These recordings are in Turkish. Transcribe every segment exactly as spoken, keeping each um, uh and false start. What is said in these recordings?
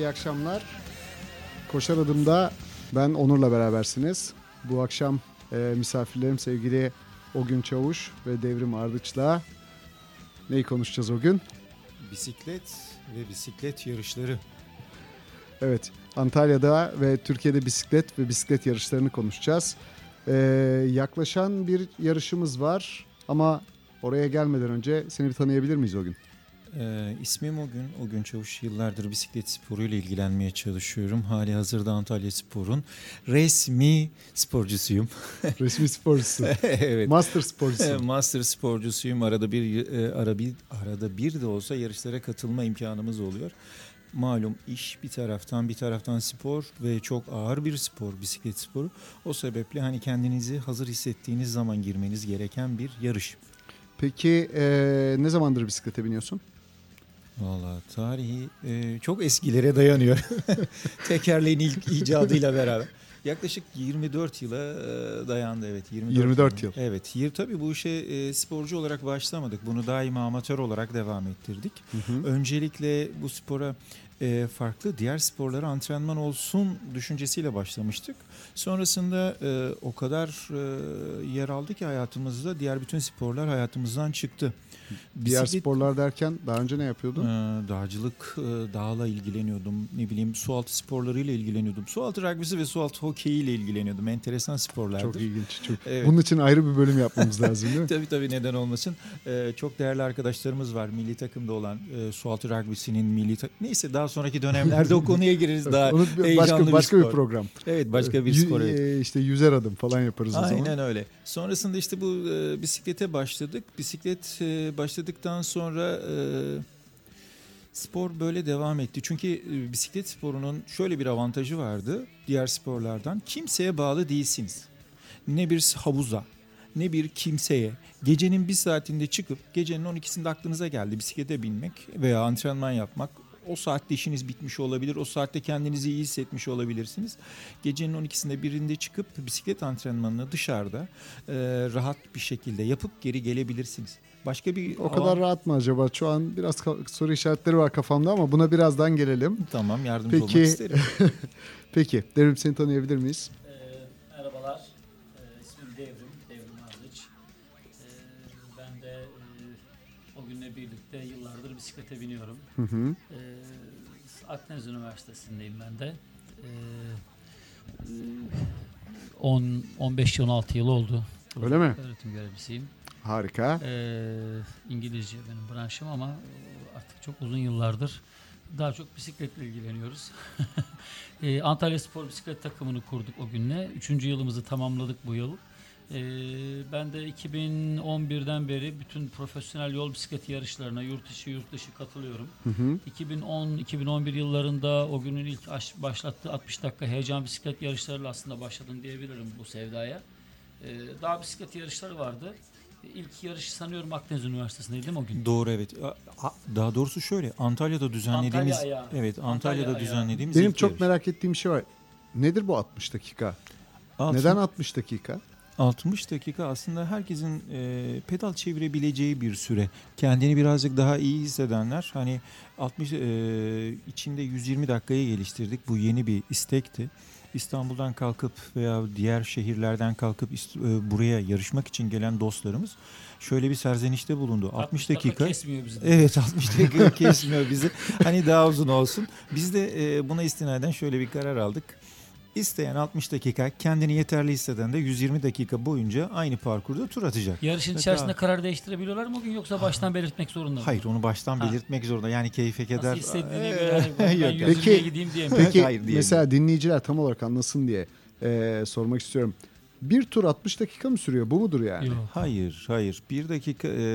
iyi akşamlar. Koşar Adım'da ben Onur'la berabersiniz. Bu akşam e, misafirlerim sevgili Ogün Çavuş ve Devrim Ardıç'la neyi konuşacağız o gün? Bisiklet ve bisiklet yarışları. Evet, Antalya'da ve Türkiye'de bisiklet ve bisiklet yarışlarını konuşacağız. Ee, yaklaşan bir yarışımız var ama oraya gelmeden önce seni bir tanıyabilir miyiz o gün? Ee, ismim Ogün, Ogün Çavuş. Yıllardır bisiklet sporuyla ilgilenmeye çalışıyorum. Hali hazırda Antalya Spor'un resmi sporcusuyum. Resmi sporcusu. Evet. Master sporcusu. Master sporcusuyum. Arada bir, ara bir arada bir de olsa yarışlara katılma imkanımız oluyor. Malum iş bir taraftan bir taraftan spor ve çok ağır bir spor, bisiklet sporu. O sebeple hani kendinizi hazır hissettiğiniz zaman girmeniz gereken bir yarış. Peki ee, ne zamandır bisiklete biniyorsun? Valla tarihi e, çok eskilere dayanıyor. Tekerleğin ilk icadıyla beraber. Yaklaşık yirmi dört yıla e, dayandı, evet. yirmi dört, yirmi dört yıl. Evet. Yir, tabii bu işe e, sporcu olarak başlamadık. Bunu daima amatör olarak devam ettirdik. Hı hı. Öncelikle bu spora e, farklı diğer sporlara antrenman olsun düşüncesiyle başlamıştık. Sonrasında e, o kadar e, yer aldı ki hayatımızda, diğer bütün sporlar hayatımızdan çıktı. Diğer Bisiklet, sporlar derken daha önce ne yapıyordun? Ee, dağcılık, e, dağla ilgileniyordum. Ne bileyim sualtı sporlarıyla ilgileniyordum. Sualtı rugby'si ve sualtı hokeyiyle ilgileniyordum. Enteresan sporlardır. Çok ilginç. Çok. Evet. Bunun için ayrı bir bölüm yapmamız lazım değil mi? Tabii tabii, neden olmasın. Ee, çok değerli arkadaşlarımız var. Milli takımda olan e, sualtı rugby'sinin milli takım. Neyse, daha sonraki dönemlerde o konuya gireriz. Daha Onu heyecanlı başka, bir başka spor. bir program. Evet, başka bir Yü- spor. Evet. e, İşte yüzer adım falan yaparız o zaman. Aynen öyle. Sonrasında işte bu e, bisiklete başladık. Bisiklet e, başladıktan sonra e, spor böyle devam etti. Çünkü e, bisiklet sporunun şöyle bir avantajı vardı diğer sporlardan. Kimseye bağlı değilsiniz. Ne bir havuza, ne bir kimseye. Gecenin bir saatinde çıkıp gecenin on ikisinde aklınıza geldi bisiklete binmek veya antrenman yapmak. O saatte işiniz bitmiş olabilir. O saatte kendinizi iyi hissetmiş olabilirsiniz. Gecenin on ikisinde birinde çıkıp bisiklet antrenmanını dışarıda e, rahat bir şekilde yapıp geri gelebilirsiniz. Başka bir O alan... kadar rahat mı acaba? Şu an biraz ka- soru işaretleri var kafamda ama buna birazdan gelelim. Tamam, yardımcı Peki, olmak isterim. Peki, Devrim seni tanıyabilir miyiz? Ee, merhabalar, ee, ismim Devrim, Devrim Ardıç. Ee, ben de e, o günle birlikte yıllardır bisiklete biniyorum. Hı hı. Ee, Akdeniz Üniversitesi'ndeyim ben de. Ee, on on beş on altı yıl oldu. Öyle mi? Öğretim görevlisiyim. Harika. Ee, İngilizce benim branşım ama artık çok uzun yıllardır daha çok bisikletle ilgileniyoruz. ee, Antalya Spor Bisiklet takımını kurduk o günle. Üçüncü yılımızı tamamladık bu yıl. Ee, ben de iki bin on birden beri bütün profesyonel yol bisikleti yarışlarına yurt içi yurt dışı katılıyorum. Hı hı. iki bin on iki bin on bir yıllarında o günün ilk aş- başlattığı altmış dakika heyecan bisiklet yarışlarıyla aslında başladım diyebilirim bu sevdaya. Ee, dağ bisiklet yarışları vardı. İlk yarışı sanıyorum Akdeniz Üniversitesi'ndeydi değil mi o gün? Doğru, evet. Daha doğrusu şöyle, Antalya'da düzenlediğimiz Antalya ayağı. evet Antalya'da Antalya düzenlediğimiz Benim ilk çok yarış. merak ettiğim bir şey var. Nedir bu altmış dakika? Altı- Neden altmış dakika? altmış dakika aslında herkesin e, pedal çevirebileceği bir süre. Kendini birazcık daha iyi hissedenler, hani altmış e, içinde yüz yirmi dakikaya geliştirdik. Bu yeni bir istekti. İstanbul'dan kalkıp veya diğer şehirlerden kalkıp e, buraya yarışmak için gelen dostlarımız şöyle bir serzenişte bulundu. altmış dakika kesmiyor bizi. Evet, altmış dakika kesmiyor bizi. Hani daha uzun olsun. Biz de e, buna istinaden şöyle bir karar aldık. İsteyen altmış dakika, kendini yeterli hisseden de yüz yirmi dakika boyunca aynı parkurda tur atacak. Yarışın içerisinde karar değiştirebiliyorlar mı o gün, yoksa baştan belirtmek zorunda mı? Hayır, onu baştan Ha. belirtmek zorunda. Yani keyfe keder. Nasıl hissettiğine Ee, göre hani ben yok. yüzülmeye Peki- gideyim diye mi? Peki Hayır diyelim. mesela dinleyiciler tam olarak anlasın diye e, sormak istiyorum. Bir tur altmış dakika mı sürüyor? Bu mudur yani? Yok. Hayır, hayır. Bir dakika e,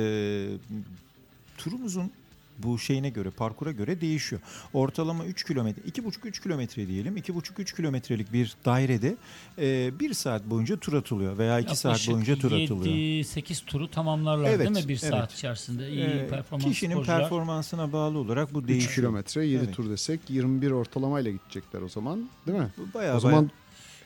turumuzun bu şeyine göre, parkura göre değişiyor. Ortalama üç kilometre, iki buçuk üç kilometre diyelim. iki buçuk üç kilometrelik bir dairede e, bir saat boyunca tur atılıyor veya iki saat boyunca tur atılıyor. yedi sekiz turu tamamlarlar Evet, değil mi bir evet. saat içerisinde? İyi Ee, performans kişinin sporcular. performansına bağlı olarak bu üç değişiyor. kilometre, yedi Evet. tur desek yirmi bir ortalamayla gidecekler o zaman, değil mi? Bu Bayağı O zaman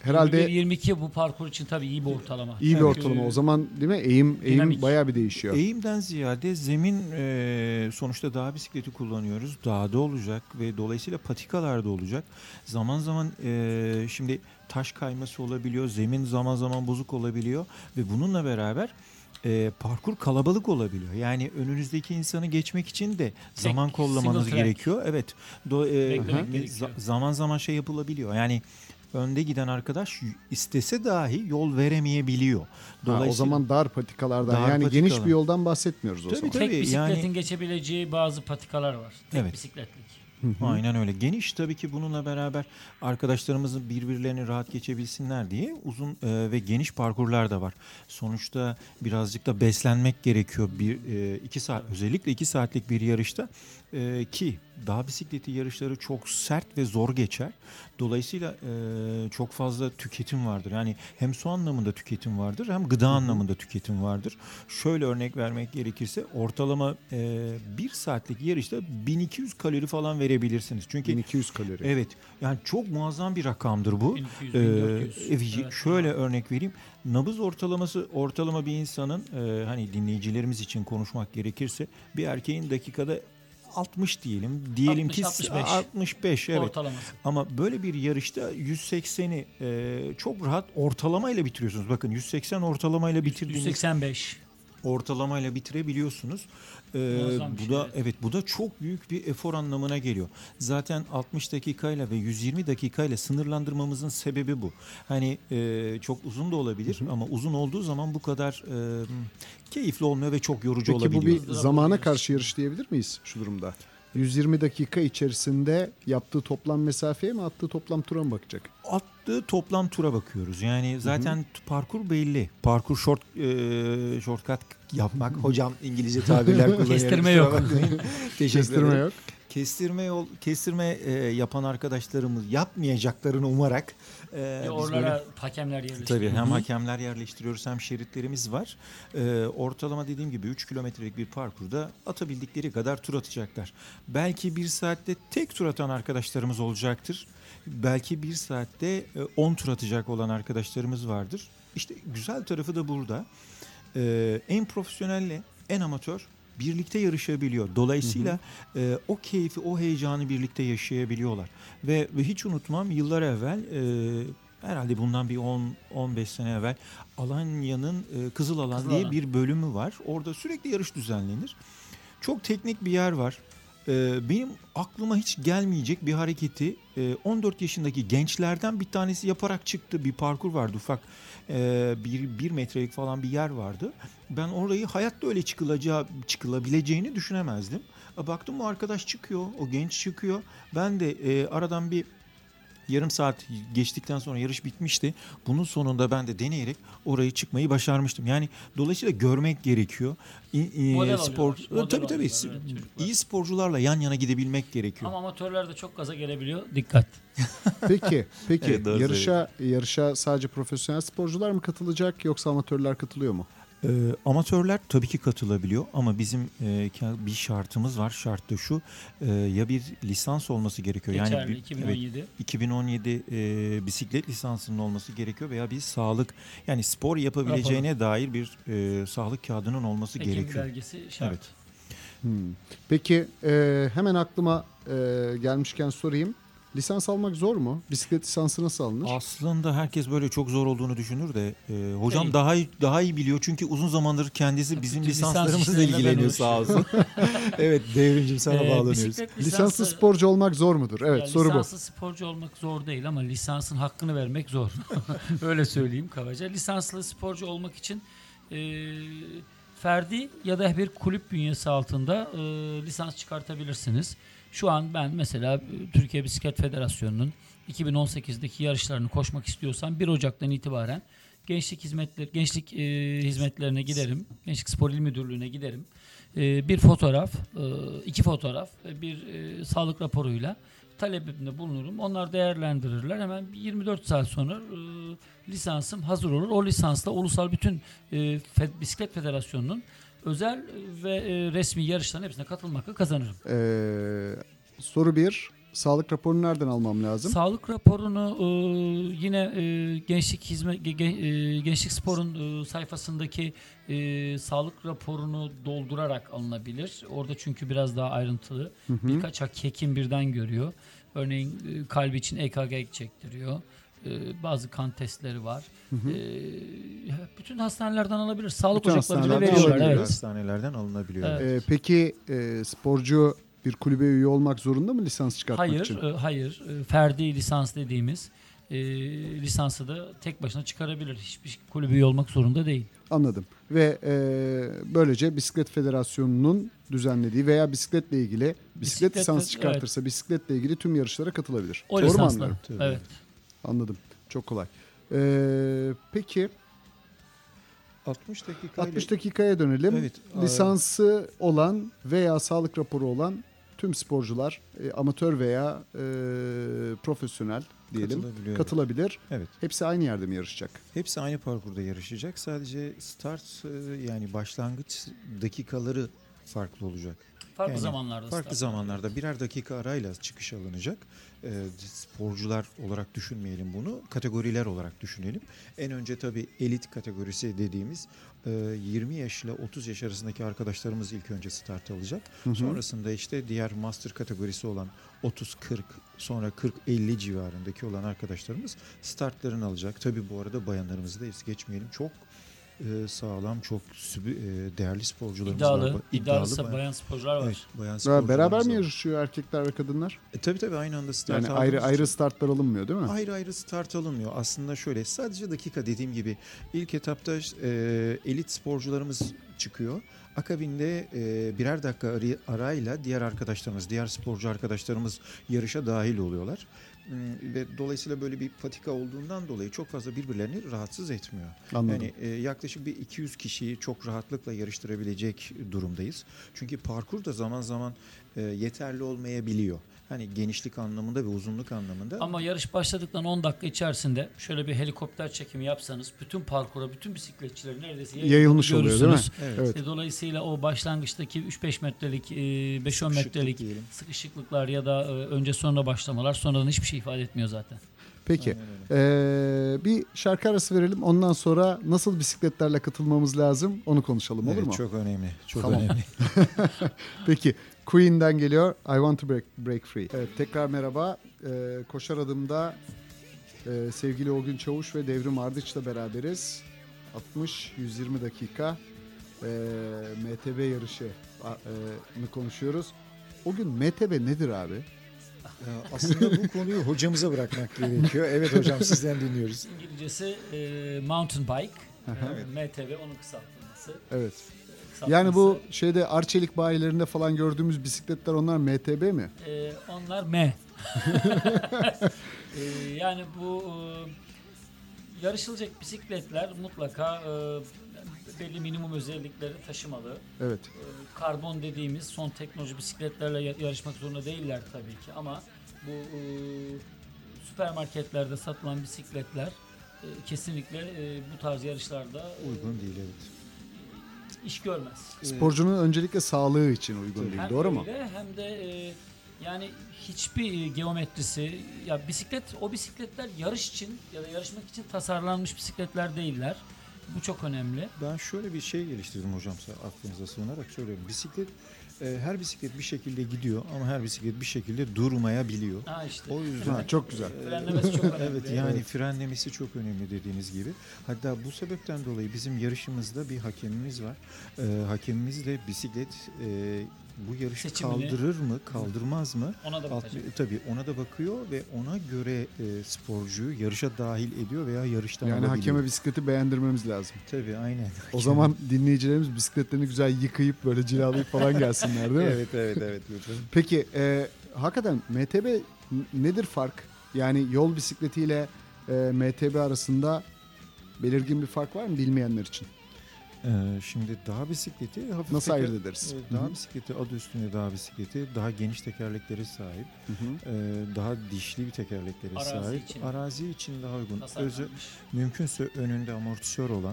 herhalde yirmi bir yirmi iki bu parkur için tabii iyi bir ortalama. iyi bir Çünkü ortalama. O zaman değil mi? Eğim eğim Dinamik. bayağı bir değişiyor. Eğimden ziyade zemin e, sonuçta dağ bisikleti kullanıyoruz. Dağda olacak ve dolayısıyla patikalarda olacak. Zaman zaman e, şimdi taş kayması olabiliyor. Zemin zaman zaman bozuk olabiliyor. Ve bununla beraber e, parkur kalabalık olabiliyor. Yani önünüzdeki insanı geçmek için de zaman kollamanız single track. gerekiyor. Evet. Do, e, Beklemek e, gerekiyor. za- zaman zaman şey yapılabiliyor. Yani önde giden arkadaş istese dahi yol veremeyebiliyor. Ha, o zaman dar patikalardan Dar yani geniş patikalar. bir yoldan bahsetmiyoruz o Tabii, zaman. tabii. Tek bisikletin yani- geçebileceği bazı patikalar var. Tek Evet. bisikletlik. Hı hı. Aynen öyle. Geniş tabii ki bununla beraber arkadaşlarımızın birbirlerini rahat geçebilsinler diye uzun e, ve geniş parkurlar da var. Sonuçta birazcık da beslenmek gerekiyor. Bir e, iki saat özellikle iki saatlik bir yarışta e, ki dağ bisikleti yarışları çok sert ve zor geçer. Dolayısıyla e, çok fazla tüketim vardır. Yani hem su anlamında tüketim vardır hem gıda anlamında tüketim vardır. Şöyle örnek vermek gerekirse ortalama e, bir saatlik yarışta bin iki yüz kalori falan verebilirsiniz. Çünkü bin iki yüz kalori. evet yani çok muazzam bir rakamdır bu. bin iki yüz, Ee, bin dört yüz. evet, Evet, şöyle tamam. örnek vereyim. Nabız ortalaması ortalama bir insanın e, hani dinleyicilerimiz için konuşmak gerekirse bir erkeğin dakikada altmış diyelim. Diyelim altmış, ki altmış beş. altmış beş evet. Ortalaması. Ama böyle bir yarışta yüz sekseni e, çok rahat ortalamayla bitiriyorsunuz. Bakın yüz seksen ortalamayla bitirdiğiniz yüz seksen beş. ortalamayla bitirebiliyorsunuz. Ee, Muazzam bir bu şey, da evet. evet bu da çok büyük bir efor anlamına geliyor. Zaten altmış dakikayla ve yüz yirmi dakikayla sınırlandırmamızın sebebi bu. Hani e, çok uzun da olabilir ama uzun olduğu zaman bu kadar e, keyifli olmuyor ve çok yorucu Peki bu olabiliyor. bir Hızlıra zamana buluyoruz. karşı yarış diyebilir miyiz şu durumda? yüz yirmi dakika içerisinde yaptığı toplam mesafeye mi attığı toplam tura mı bakacak? Attığı toplam tura bakıyoruz. Yani zaten parkur belli. Parkur short e, shortcut yapmak. Hocam İngilizce tabirler kullanıyorum. Kestirme kusura yok. bakmayın. Teşekkür Kestirme ederim. yok. Kestirme yol kestirme e, yapan arkadaşlarımız yapmayacaklarını umarak e, Ve biz oralara böyle hakemler yerleştiriyor. tabii hem hakemler yerleştiriyoruz hem şeritlerimiz var. E, ortalama dediğim gibi üç kilometrelik bir parkurda atabildikleri kadar tur atacaklar. Belki bir saatte tek tur atan arkadaşlarımız olacaktır. Belki bir saatte e, on tur atacak olan arkadaşlarımız vardır. İşte güzel tarafı da burada. E, en profesyonelle en amatör birlikte yarışabiliyor. Dolayısıyla e, o keyfi, o heyecanı birlikte yaşayabiliyorlar. Ve, ve hiç unutmam yıllar evvel e, herhalde bundan bir on on beş sene evvel Alanya'nın e, Kızıl Alan Kızıl diye Alan. bir bölümü var. Orada sürekli yarış düzenlenir. Çok teknik bir yer var. E, benim aklıma hiç gelmeyecek bir hareketi e, on dört yaşındaki gençlerden bir tanesi yaparak çıktı. Bir parkur vardı ufak. E, bir, bir metrelik falan bir yer vardı. Ben orayı hayatta öyle çıkılacağı, çıkılabileceğini düşünemezdim. E, Baktım o arkadaş çıkıyor, o genç çıkıyor. Ben de e, aradan bir yarım saat geçtikten sonra yarış bitmişti. Bunun sonunda ben de deneyerek orayı çıkmayı başarmıştım. Yani dolayısıyla görmek gerekiyor. İ, i, Model spor alıyorlar, model tabii tabii. alıyorlar, evet, çocuklar. iyi sporcularla yan yana gidebilmek gerekiyor. Ama amatörler de çok gaza gelebiliyor. Dikkat. Peki, peki Evet, doğru yarışa yarışa sadece profesyonel sporcular mı katılacak yoksa amatörler katılıyor mu? Ee, amatörler tabii ki katılabiliyor ama bizim e, ke- bir şartımız var. Şart da şu e, ya bir lisans olması gerekiyor. Yani Geçerli bir, iki bin on evet, yedi. iki bin on yedi e, bisiklet lisansının olması gerekiyor veya bir sağlık yani spor yapabileceğine dair bir e, sağlık kağıdının olması Hekim gerekiyor. belgesi şart. Evet. Hmm. Peki e, hemen aklıma e, gelmişken sorayım. Lisans almak zor mu? Bisiklet lisansı nasıl alınır? Aslında herkes böyle çok zor olduğunu düşünür de e, hocam Değil. daha iyi, daha iyi biliyor çünkü uzun zamandır kendisi bizim Bütün lisans lisanslarımızla işleriyle ben ilgileniyor sağ olsun. Evet Devrimcim sana Ee, bağlanıyoruz. bisiklet Lisanslı lisansı- sporcu olmak zor mudur? Evet, Ya soru bu. lisanslı sporcu olmak zor değil ama lisansın hakkını vermek zor. Öyle söyleyeyim kabaca. Lisanslı sporcu olmak için e, ferdi ya da bir kulüp bünyesi altında e, lisans çıkartabilirsiniz. Şu an ben mesela e, Türkiye Bisiklet Federasyonu'nun iki bin on sekizdeki yarışlarını koşmak istiyorsam bir Ocak'tan itibaren gençlik hizmetleri gençlik e, hizmetlerine giderim. Gençlik Spor İl Müdürlüğü'ne giderim. E, bir fotoğraf, e, iki fotoğraf ve bir e, sağlık raporuyla talebimde bulunurum. Onlar değerlendirirler. Hemen yirmi dört saat sonra e, lisansım hazır olur. O lisansla ulusal bütün e, Fe- Bisiklet Federasyonu'nun özel ve e, resmi yarışların hepsine katılmak hakkı kazanırım. Ee, soru bir. sağlık raporunu nereden almam lazım? Sağlık raporunu e, yine e, Gençlik Hizmet ge- e, Gençlik Spor'un e, sayfasındaki e, sağlık raporunu doldurarak alınabilir. Orada çünkü biraz daha ayrıntılı. Hı hı. Birkaç hak- hekim birden görüyor. Örneğin e, kalbi için E K G çektiriyor. E, bazı kan testleri var. Hı hı. E, bütün hastanelerden alabilir. Sağlık Bütün ocakları bile hastanelerden veriyorlar. alabilir. Evet. Hastanelerden alınabiliyor. Evet. Evet. Ee, peki e, sporcu bir kulübe üye olmak zorunda mı lisans çıkartmak Hayır, için? e, hayır. E, ferdi lisans dediğimiz e, lisansı da tek başına çıkarabilir. Hiçbir kulübü üye olmak zorunda değil. Anladım. Ve e, böylece Bisiklet Federasyonu'nun düzenlediği veya bisikletle ilgili bisiklet, Bisiklet- lisansı çıkartırsa bisikletle ilgili tüm yarışlara katılabilir. O Doğru mu lisansla. anlıyorum? Tabii. Evet. Anladım. Çok kolay. Ee, peki altmış dakika. altmış dakikaya dönelim. Evet. Lisansı olan veya sağlık raporu olan tüm sporcular e, amatör veya e, profesyonel diyelim katılabiliyor. katılabilir. Evet. Hepsi aynı yerde mi yarışacak? Hepsi aynı parkurda yarışacak. Sadece start e, yani başlangıç dakikaları farklı olacak. Farklı Yani zamanlarda. Farklı start. zamanlarda birer dakika arayla çıkış alınacak. Ee, sporcular olarak düşünmeyelim bunu. Kategoriler olarak düşünelim. En önce tabii elit kategorisi dediğimiz e, yirmi yaş ile otuz yaş arasındaki arkadaşlarımız ilk önce start alacak. Hı hı. Sonrasında işte diğer master kategorisi olan otuz kırk sonra kırk elli civarındaki olan arkadaşlarımız startlarını alacak. Tabii bu arada bayanlarımızı da es geçmeyelim. Çok e, sağlam, çok sübü- e, değerli sporcularımız var. İddialı, Ba- iddialı bayan- bayan sporcular var. Evet, bayan Ve sporcularımız beraber mi var. yarışıyor erkekler ve kadınlar? E, tabii tabii aynı anda start Yani ayrı aldığımız ayrı için- startlar alınmıyor değil mi? Ayrı ayrı start alınmıyor. Aslında şöyle sadece dakika dediğim gibi ilk etapta e, elit sporcularımız çıkıyor. Akabinde e, birer dakika arı- arayla diğer arkadaşlarımız, diğer sporcu arkadaşlarımız yarışa dahil oluyorlar. Hmm, Ve dolayısıyla böyle bir patika olduğundan dolayı çok fazla birbirlerini rahatsız etmiyor. Anladım. Yani e, yaklaşık bir iki yüz kişiyi çok rahatlıkla yarıştırabilecek durumdayız. Çünkü parkur da zaman zaman e, yeterli olmayabiliyor. Hani genişlik anlamında ve uzunluk anlamında. Ama yarış başladıktan on dakika içerisinde şöyle bir helikopter çekimi yapsanız bütün parkura, bütün bisikletçileri neredeyse Yayılmış oluyor, değil mi? görürsünüz. Evet. Evet. E, Dolayısıyla o başlangıçtaki üç beş metrelik, e, beş on Sıkışıklık metrelik diyelim. sıkışıklıklar ya da e, önce sonra başlamalar sonradan hiçbir şey ifade etmiyor zaten. Peki. Aynen öyle. Ee, bir şarkı arası verelim. Ondan sonra nasıl bisikletlerle katılmamız lazım onu konuşalım, olur Evet, mu? çok önemli. Çok Tamam. önemli. Peki. Queen'den geliyor. I Want to Break, break Free. Evet, tekrar merhaba. Ee, Koşar Adım'da e, sevgili Olgun Çavuş ve Devrim Ardıç'la beraberiz. altmış yüz yirmi dakika e, M T B yarışı e, mı konuşuyoruz. O gün M T B nedir abi? Ya aslında bu konuyu hocamıza bırakmak gerekiyor. Evet hocam sizden dinliyoruz. İngilizcesi e, mountain bike, Evet. M T B onun kısaltılması. Evet. Kısaltması, Yani bu şeyde Arçelik bayilerinde falan gördüğümüz bisikletler onlar M T B mi? e, onlar M. E, yani bu e, yarışılacak bisikletler mutlaka e, belli minimum özellikleri taşımalı. Evet. E, karbon dediğimiz son teknoloji bisikletlerle ya- yarışmak zorunda değiller tabii ki ama bu e, süpermarketlerde satılan bisikletler e, kesinlikle e, bu tarz yarışlarda e, Uygun değil evet. iş görmez. Sporcunun öncelikle sağlığı için uygun değil. Hem Doğru mu? öyle hem de e, yani hiçbir e, geometrisi ya bisiklet o bisikletler yarış için ya da yarışmak için tasarlanmış bisikletler değiller. Bu çok önemli. Ben şöyle bir şey geliştirdim hocam aklınıza sığınarak söylüyorum. Bisiklet e, her bisiklet bir şekilde gidiyor ama her bisiklet bir şekilde durmayabiliyor. Ha işte. O yüzden Ha, çok güzel. Frenlemesi çok önemli. Evet yani Evet. frenlemesi çok önemli dediğiniz gibi. Hatta bu sebepten dolayı bizim yarışımızda bir hakemimiz var. Ee, hakemimiz de bisiklet e, bu yarışı Seçimini- kaldırır mı, kaldırmaz mı? Ona da Alt, bakacak. tabii ona da bakıyor ve ona göre e, sporcuyu yarışa dahil ediyor veya yarıştan Yani alabiliyor. hakeme bisikleti beğendirmemiz lazım. Tabii aynen. O zaman dinleyicilerimiz bisikletlerini güzel yıkayıp böyle cilalayıp falan gelsinler değil mi? evet evet evet. lütfen. Peki e, hakikaten M T B n- nedir fark? Yani yol bisikletiyle e, M T B arasında belirgin bir fark var mı bilmeyenler için? Ee, şimdi dağ bisikleti hafif Nasıl teker- ayırt ederiz? Ee, Hı hı. Dağ bisikleti adı üstünde dağ bisikleti daha geniş tekerleklere sahip. Hı hı. Ee, daha dişli bir tekerleklere Arazi sahip. için. Arazi için daha uygun. Özü, Tasarlanmış. mümkünse önünde amortisör olan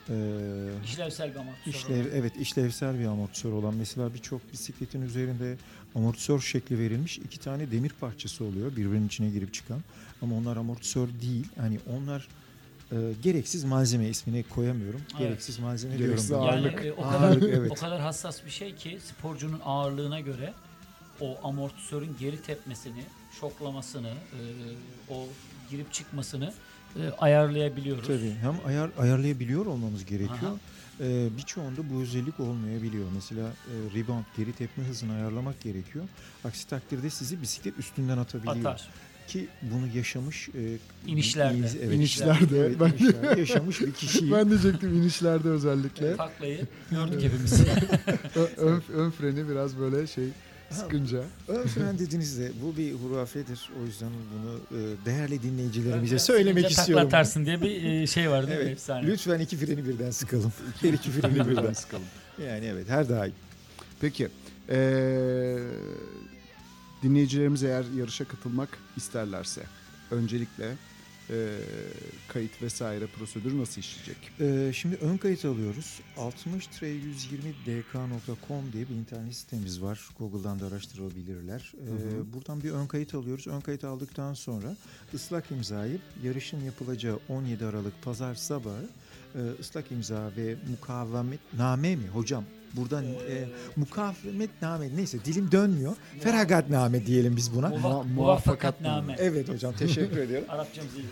e, İşlevsel bir amortisör. işlev, olan. evet işlevsel bir amortisör olan. Mesela birçok bisikletin üzerinde amortisör şekli verilmiş iki tane demir parçası oluyor birbirinin içine girip çıkan. Ama onlar amortisör değil. Hani onlar e, gereksiz malzeme, ismini koyamıyorum. Evet. Gereksiz malzeme Gereksiz diyorum. ben. Yani ağırlık. e, o Ağırlık, kadar evet. o kadar hassas bir şey ki sporcunun ağırlığına göre o amortisörün geri tepmesini, şoklamasını, e, o girip çıkmasını e, ayarlayabiliyoruz. Tabii hem ayar ayarlayabiliyor olmamız gerekiyor. Aha. Ee, birçoğunda bu özellik olmayabiliyor. Mesela e, rebound, geri tepme hızını ayarlamak gerekiyor. Aksi takdirde sizi bisiklet üstünden atabiliyor. Atar. Ki bunu yaşamış e, İnişlerde. iyi- evet, İnişlerde. evet, Ben- inişlerde yaşamış bir kişiyi Ben diyecektim inişlerde özellikle. Taklayı gördük hepimiz. Ö- ön, ön freni biraz böyle şey sıkınca. ön fren dediğinizde bu bir hurafedir. O yüzden bunu e, değerli dinleyicilerimize Ön söylemek fren istiyorum. taklatarsın diye bir e, şey var değil mi? Evet. Efsane. Lütfen iki freni birden sıkalım. Her iki freni birden sıkalım. Yani evet her daim. Peki. Ee, dinleyicilerimiz eğer yarışa katılmak isterlerse öncelikle ee, kayıt vesaire prosedürü nasıl işleyecek? Ee, şimdi ön kayıt alıyoruz. altmış tre yüz yirmi d k nokta com diye bir internet sitemiz var. Google'dan da araştırabilirler. Ee, Hı hı. Buradan bir ön kayıt alıyoruz. Ön kayıt aldıktan sonra ıslak imzayı yarışın yapılacağı on yedi Aralık Pazar sabahı e, ıslak imza ve mukavemetname mi hocam? Buradan e, mukavemetname neyse dilim dönmüyor. Feragatname diyelim biz buna. Muva- Muva- Muvaffakatname. Evet hocam teşekkür ediyorum. Arapçamız iyi.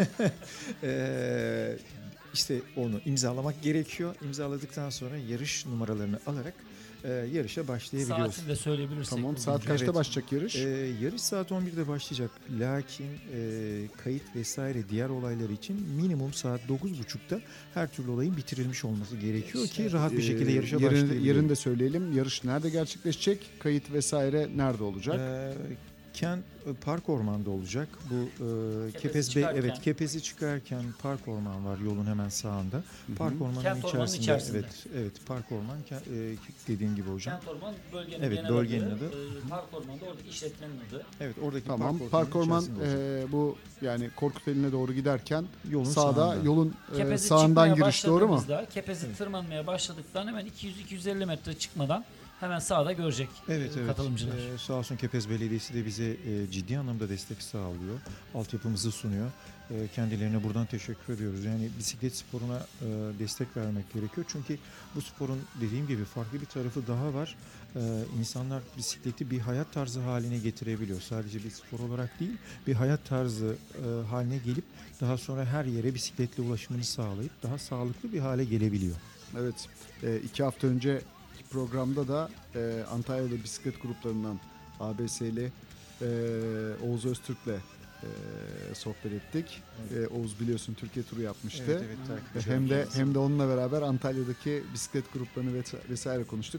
Ee, işte onu imzalamak gerekiyor. İmzaladıktan sonra yarış numaralarını alarak e, yarışa başlayabiliyoruz. Saatini de söyleyebilirsek. Tamam, uygunca. saat kaçta Evet. başlayacak yarış? Ee, yarış saat on birde başlayacak. Lakin e, kayıt vesaire diğer olaylar için minimum saat dokuz buçukta her türlü olayın bitirilmiş olması gerekiyor ki rahat bir şekilde Ee, yarışa yerini, başlayabiliriz. yerini de söyleyelim. Yarış nerede gerçekleşecek? Kayıt vesaire nerede olacak? Ee, Kent e, Park Orman'da olacak. Bu e, Kepezi Kepez Bey çıkarken. evet Kepez'i çıkarken Park Orman var yolun hemen sağında. Hı Park hı. Orman'ın Kent Orman'ın içerisinde, içerisinde. evet evet Park Orman ke- e, dediğin gibi hocam. Kent Orman bölgenin Evet, genel bölgenin adı. adı. E, Park Orman'da oradaki işletmenin adı. Evet oradaki Tamam. Park, Park Orman içerisinde olacak. e, bu yani Korkuteli'ne doğru giderken Yolun sağda sağında. yolun e, Kepez'e sağından çıkmaya giriş doğru mu? başladığımızda, Kepez'e tırmanmaya başladıktan hemen iki yüz iki yüz elli metre çıkmadan hemen sağda görecek Evet e, evet. katılımcılar. Ee, sağ olsun Kepez Belediyesi de bize e, ciddi anlamda destek sağlıyor. Altyapımızı sunuyor. E, kendilerine buradan teşekkür ediyoruz. Yani bisiklet sporuna e, destek vermek gerekiyor. Çünkü bu sporun dediğim gibi farklı bir tarafı daha var. E, insanlar bisikleti bir hayat tarzı haline getirebiliyor. Sadece bir spor olarak değil, bir hayat tarzı e, haline gelip daha sonra her yere bisikletle ulaşımını sağlayıp daha sağlıklı bir hale gelebiliyor. Evet. E, iki hafta önce programda da e, Antalya'da bisiklet gruplarından A B S'li e, Oğuz Öztürk'le e, sohbet ettik. E, Oğuz biliyorsun Türkiye turu yapmıştı. Evet, evet, takip Ve ediyorum. hem de hem de onunla beraber Antalya'daki bisiklet gruplarını ves- vesaire konuştuk.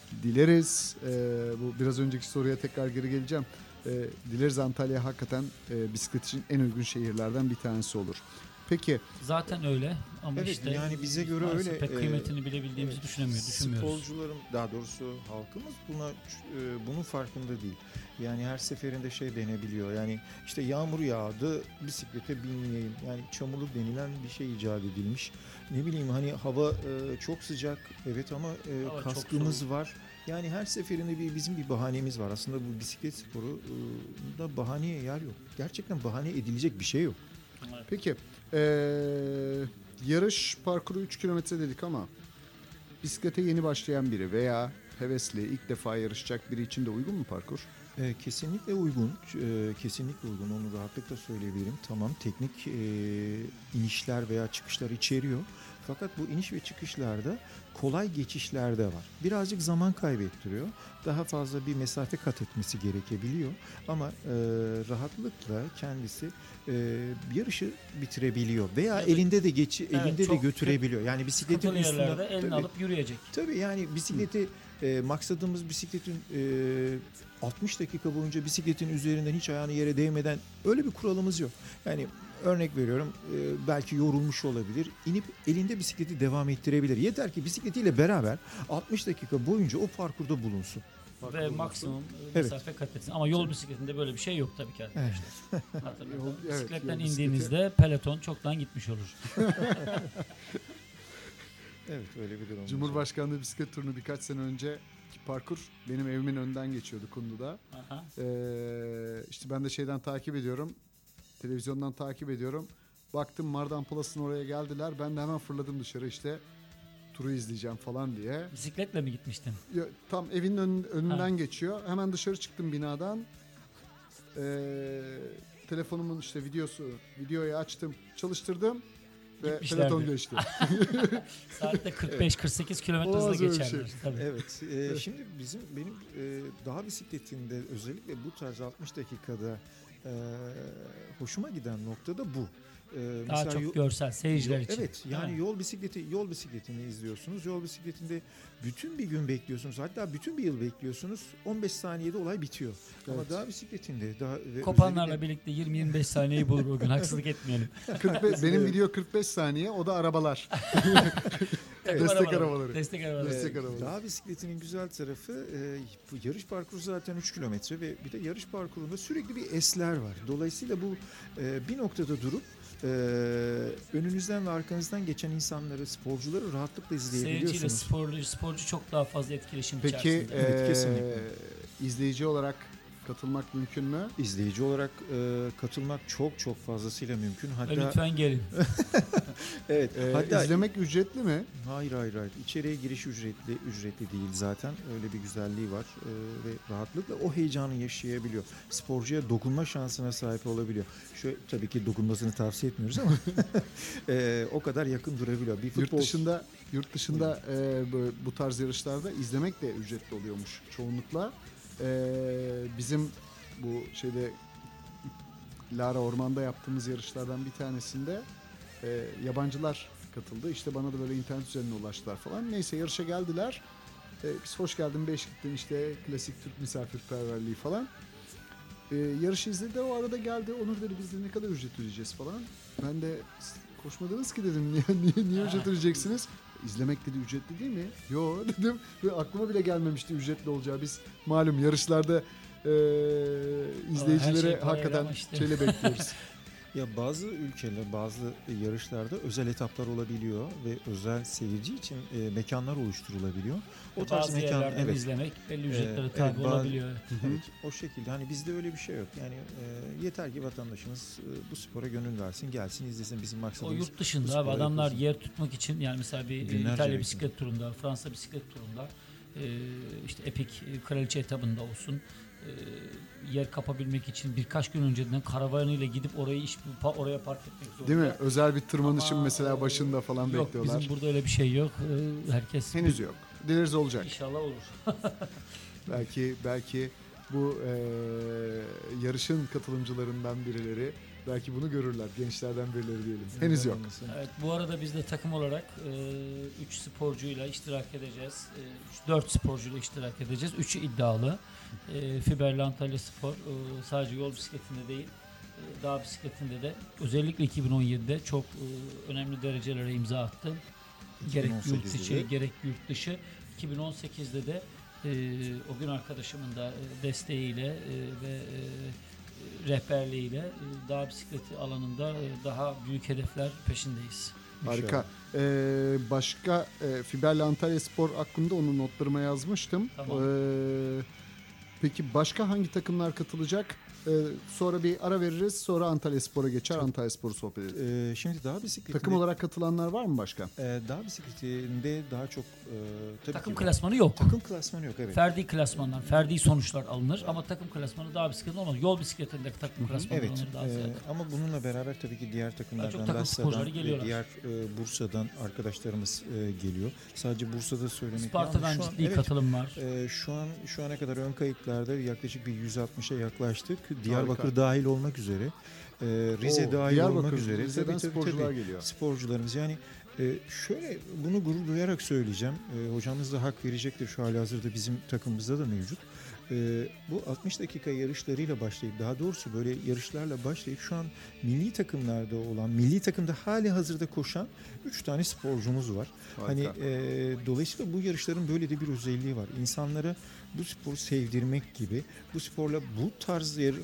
Dileriz e, bu biraz önceki soruya tekrar geri geleceğim. E, dileriz Antalya hakikaten e, bisiklet için en uygun şehirlerden bir tanesi olur. Peki Zaten öyle ama Evet, işte yani bize göre maalesef öyle, pek e, kıymetini bilebildiğimizi Evet, düşünemiyor, düşünmüyoruz. Sporcuların daha doğrusu halkımız buna e, bunun farkında değil. Yani her seferinde şey denebiliyor. Yani işte yağmur yağdı, bisiklete binmeyeyim. Yani çamurluk denilen bir şey icat edilmiş. Ne bileyim hani hava e, çok sıcak evet ama e, Hava çok kaskımız soğuk. var. Yani her seferinde bir bizim bir bahanemiz var. Aslında bu bisiklet sporu e, da bahaneye yer yok. Gerçekten bahane edilecek bir şey yok. Evet. Peki e, yarış parkuru üç kilometre dedik ama bisiklete yeni başlayan biri veya hevesli ilk defa yarışacak biri için de uygun mu parkur? E, kesinlikle uygun. E, kesinlikle uygun. Onu rahatlıkla söyleyebilirim. Tamam teknik e, inişler veya çıkışlar içeriyor. Fakat bu iniş ve çıkışlarda kolay geçişler de var. Birazcık zaman kaybettiriyor. Daha fazla bir mesafe kat etmesi gerekebiliyor. Ama e, rahatlıkla kendisi e, yarışı bitirebiliyor. Veya Ya da- elinde de geçi, Evet, elinde de çok götürebiliyor. Yani bisikletin Sıkıntılı üstünden yerlerde elini Tabii. alıp yürüyecek. Tabii yani bisikleti e, maksadımız bisikletin e, altmış dakika boyunca bisikletin üzerinden hiç ayağını yere değmeden öyle bir kuralımız yok. Yani örnek veriyorum e, belki yorulmuş olabilir. İnip elinde bisikleti devam ettirebilir. Yeter ki bisikletiyle beraber altmış dakika boyunca o parkurda bulunsun. Ve maksimum Evet. mesafe kat etsin. Ama yol bisikletinde böyle bir şey yok tabii ki arkadaşlar. Hatırlatın. Yol- evet, Bisikletten yol bisikleti- indiğinizde peloton çoktan gitmiş olur. Evet, öyle bir durum. Cumhurbaşkanlığı bisiklet turunu birkaç sene önce parkur benim evimin önünden geçiyordu Kundu'da. Aha. Ee, işte ben de şeyden takip ediyorum. Televizyondan takip ediyorum. Baktım Mardan Palas'ın oraya geldiler. Ben de hemen fırladım dışarı işte turu izleyeceğim falan diye. Bisikletle mi gitmiştin? Ya, tam evin ön- önünden ha. geçiyor. Hemen dışarı çıktım binadan. Ee, telefonumun işte videosu, videoyu açtım, çalıştırdım ve peloton geçti. Saatte kırk beş kırk sekiz kilometre hızla geçerler. Şey. Tabii. Evet. E, şimdi bizim benim e, dağ bisikletinde özellikle bu tarz altmış dakikada e, hoşuma giden nokta da bu. Ee, Daha çok yol, görsel seyirciler yol, için. Evet, yani yol bisikleti yol bisikletini izliyorsunuz. Yol bisikletinde bütün bir gün bekliyorsunuz. Hatta bütün bir yıl bekliyorsunuz. on beş saniyede olay bitiyor. Evet. Ama dağ bisikletinde daha kopanlarla özellikle... birlikte yirmi yirmi beş saniyeyi bulur o gün. Haksızlık etmeyelim. kırk beş, benim video kırk beş saniye, o da arabalar. Evet, Destek arabaları. arabaları. Destek arabaları. Destek Ee, arabaları. Dağ bisikletinin güzel tarafı e, bu yarış parkuru zaten üç kilometre ve bir de yarış parkurunda sürekli bir esler var. Dolayısıyla bu e, bir noktada durup e, önünüzden ve arkanızdan geçen insanları, sporcuları rahatlıkla izleyebiliyorsunuz. Seyirciyle sporcu, sporcu çok daha fazla etkileşim Peki içerisinde. e, Evet, kesinlikle. izleyici olarak katılmak mümkün mü? İzleyici olarak e, katılmak çok çok fazlasıyla mümkün. Hatta Lütfen gelin. evet. E, hatta izlemek ücretli mi? Hayır hayır hayır. İçeriye giriş ücretli ücretli değil zaten. Öyle bir güzelliği var ee, ve rahatlıkla o heyecanı yaşayabiliyor. Sporcuya dokunma şansına sahip olabiliyor. Şu tabii ki dokunmasını tavsiye etmiyoruz ama e, o kadar yakın durabiliyor. Bir futbol... Yurt dışında yurt dışında e, bu, bu tarz yarışlarda izlemek de ücretli oluyormuş çoğunlukla. E, bizim bu şeyde Lara Orman'da yaptığımız yarışlardan bir tanesinde e, yabancılar katıldı. İşte bana da böyle internet üzerinden ulaştılar falan. Neyse yarışa geldiler. E, biz hoş geldin beş gittin işte klasik Türk misafirperverliği falan. E, yarışı izlediler, o arada geldi. Onur dedi biz de ne kadar ücret ödeyeceğiz falan. Ben de koşmadınız ki dedim. Niye, niye, niye ücret ödeyeceksiniz? İzlemek dedi ücretli değil mi? Yo dedim. Ve aklıma bile gelmemişti ücretli olacağı. Biz malum yarışlarda e, izleyicilere şey hakikaten işte. şeyle bekliyoruz. Ya bazı ülkeler, bazı yarışlarda özel etaplar olabiliyor ve özel seyirci için e, mekanlar oluşturulabiliyor. O tarz Bazı mekan, yerlerden evet. izlemek belli Ee, ücretlere evet, tabi bazı- olabiliyor. Evet, o şekilde. Hani bizde öyle bir şey yok. Yani e, yeter ki vatandaşımız e, bu spora gönül versin, gelsin, izlesin. Bizim O maksadımız yurt bu dışında spora abi adamlar yapılsın. yer tutmak için yani mesela bir Günlerce İtalya bekliyor. bisiklet turunda, Fransa bisiklet turunda e, işte Epic e, kraliçe etabında olsun e, yer kapabilmek için birkaç gün önceden karavanıyla gidip orayı iş oraya park etmek zorunda. Değil mi? Özel bir tırmanışın Ama, mesela başında falan yok, bekliyorlar. bizim burada öyle bir şey yok. E, herkes Henüz yok. Dileriz olacak. İnşallah olur. Belki belki bu e, yarışın katılımcılarından birileri belki bunu görürler. Gençlerden birileri diyelim. Henüz yok. Evet, bu arada biz de takım olarak üç sporcuyla iştirak edeceğiz. dört sporcuyla iştirak edeceğiz. üçü iddialı. E, Fiberli Antalya Spor e, sadece yol bisikletinde değil, e, dağ bisikletinde de özellikle iki bin on yedide çok e, önemli derecelere imza attı. Gerek yurt içi, de. gerek yurt dışı. iki bin on sekizde de e, o gün arkadaşımın da e, desteğiyle e, ve e, rehberliğiyle e, dağ bisikleti alanında e, daha büyük hedefler peşindeyiz. Harika. Ee, başka e, Fiberli Antalya Spor hakkında onun notlarıma yazmıştım. Tamam. Ee, peki başka hangi takımlar katılacak? Ee, sonra bir ara veririz. Sonra Antalya Spor'a geçer. Tabii. Antalya Spor'u sohbet ederiz. Ee, şimdi dağ bisikletinde Takım olarak katılanlar var mı başka? e, dağ bisikletinde daha çok e, tabii Takım ki klasmanı yok. takım klasmanı yok, evet. Ferdi klasmanlar, ferdi sonuçlar alınır ama takım klasmanı dağ bisikleti olmaz. Yol bisikletinde takım klasmanı Evet, alınır daha e, ziyade. ama bununla beraber tabii ki diğer Daha çok takımlardan, takım Lassa'dan sporcuları ve geliyorlar. diğer e, Bursa'dan arkadaşlarımız e, geliyor. Sadece Bursa'da söylemek Sparta'dan yanlış. Şu an- ciddi evet, katılım var. e, şu an şu ana kadar ön kayıtlarda yaklaşık bir yüz altmışa yaklaştık. Diyarbakır Harika. dahil olmak üzere, e, Rize Oo, dahil Diyarbakır, olmak üzere. Rize'den Tabii, tabii, sporcular tabii. geliyor. Sporcularımız yani e, şöyle bunu gurur duyarak söyleyeceğim. E, hocamız da hak verecektir, şu halihazırda bizim takımımızda da mevcut. E, bu altmış dakika yarışlarıyla başlayıp, daha doğrusu böyle yarışlarla başlayıp şu an milli takımlarda olan, milli takımda hali hazırda koşan üç tane sporcumuz var. Hani Harika. e, dolayısıyla bu yarışların böyle de bir özelliği var. İnsanlara bu sporu sevdirmek gibi, bu sporla bu tarz yer,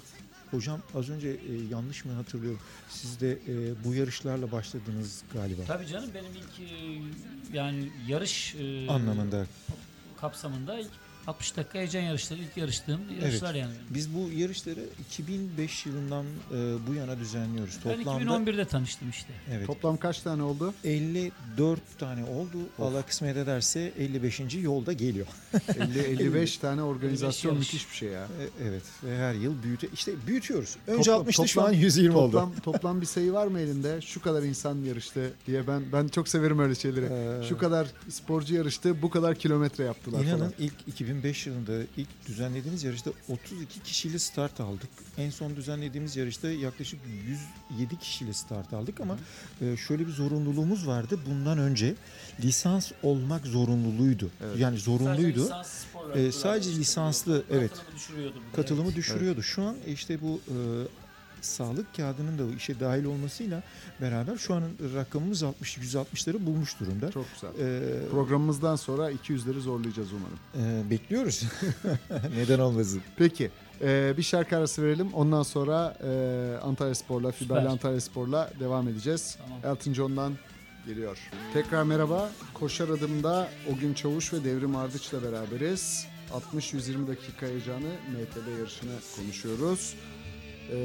Hocam az önce e, yanlış mı hatırlıyorum? Siz de e, bu yarışlarla başladınız galiba. Tabii canım, benim ilk e, yani yarış e, Anlamında. kapsamında ilk altmış dakika heyecan yarışları, ilk yarıştığım yarışlar yani. Biz bu yarışları iki bin beş yılından e, bu yana düzenliyoruz. Ben iki bin on birde tanıştım işte. Evet. Toplam kaç tane oldu? elli dört tane oldu. Allah kısmet ederse elli beşinci yolda geliyor. elli elli beş tane organizasyon, yarış. müthiş bir şey ya. E, evet ve her yıl büyüte işte büyütüyoruz. Önce Toplam- altmıştı şu toplam- an yüz yirmi oldu. Toplam toplam bir sayı var mı elinde? Şu kadar insan yarıştı diye ben ben çok severim öyle şeyleri. Ee, Şu kadar sporcu yarıştı, bu kadar kilometre yaptılar İnanın falan. ilk iki bin beş yılında ilk düzenlediğimiz yarışta otuz iki kişiyle start aldık. En son düzenlediğimiz yarışta yaklaşık yüz yedi kişiyle start aldık ama e, şöyle bir zorunluluğumuz vardı. Bundan önce lisans olmak zorunluluğuydu. Evet. Yani zorunluydu. Sadece lisans sporlar Ee, yapıyorlar. sadece İşte lisanslı, katılımı evet. düşürüyordu bu da, Katılımı evet. düşürüyordu. Şu an işte bu e, sağlık kağıdının da işe dahil olmasıyla beraber şu an rakamımız altmış yüz altmışları bulmuş durumda. Çok güzel. Ee, Programımızdan sonra iki yüzleri zorlayacağız umarım. e, bekliyoruz. Neden olmasın? Peki, e, bir şarkı arası verelim. Ondan sonra e, Antalya Spor'la, Fiberli Süper. Antalya Spor'la devam edeceğiz. Tamam. Elton John'dan geliyor. Tekrar merhaba. Koşar adımda Ogün Çavuş ve Devrim Ardıç'la beraberiz. altmış yüz yirmi dakika heyecanı M T B yarışını konuşuyoruz. Ee,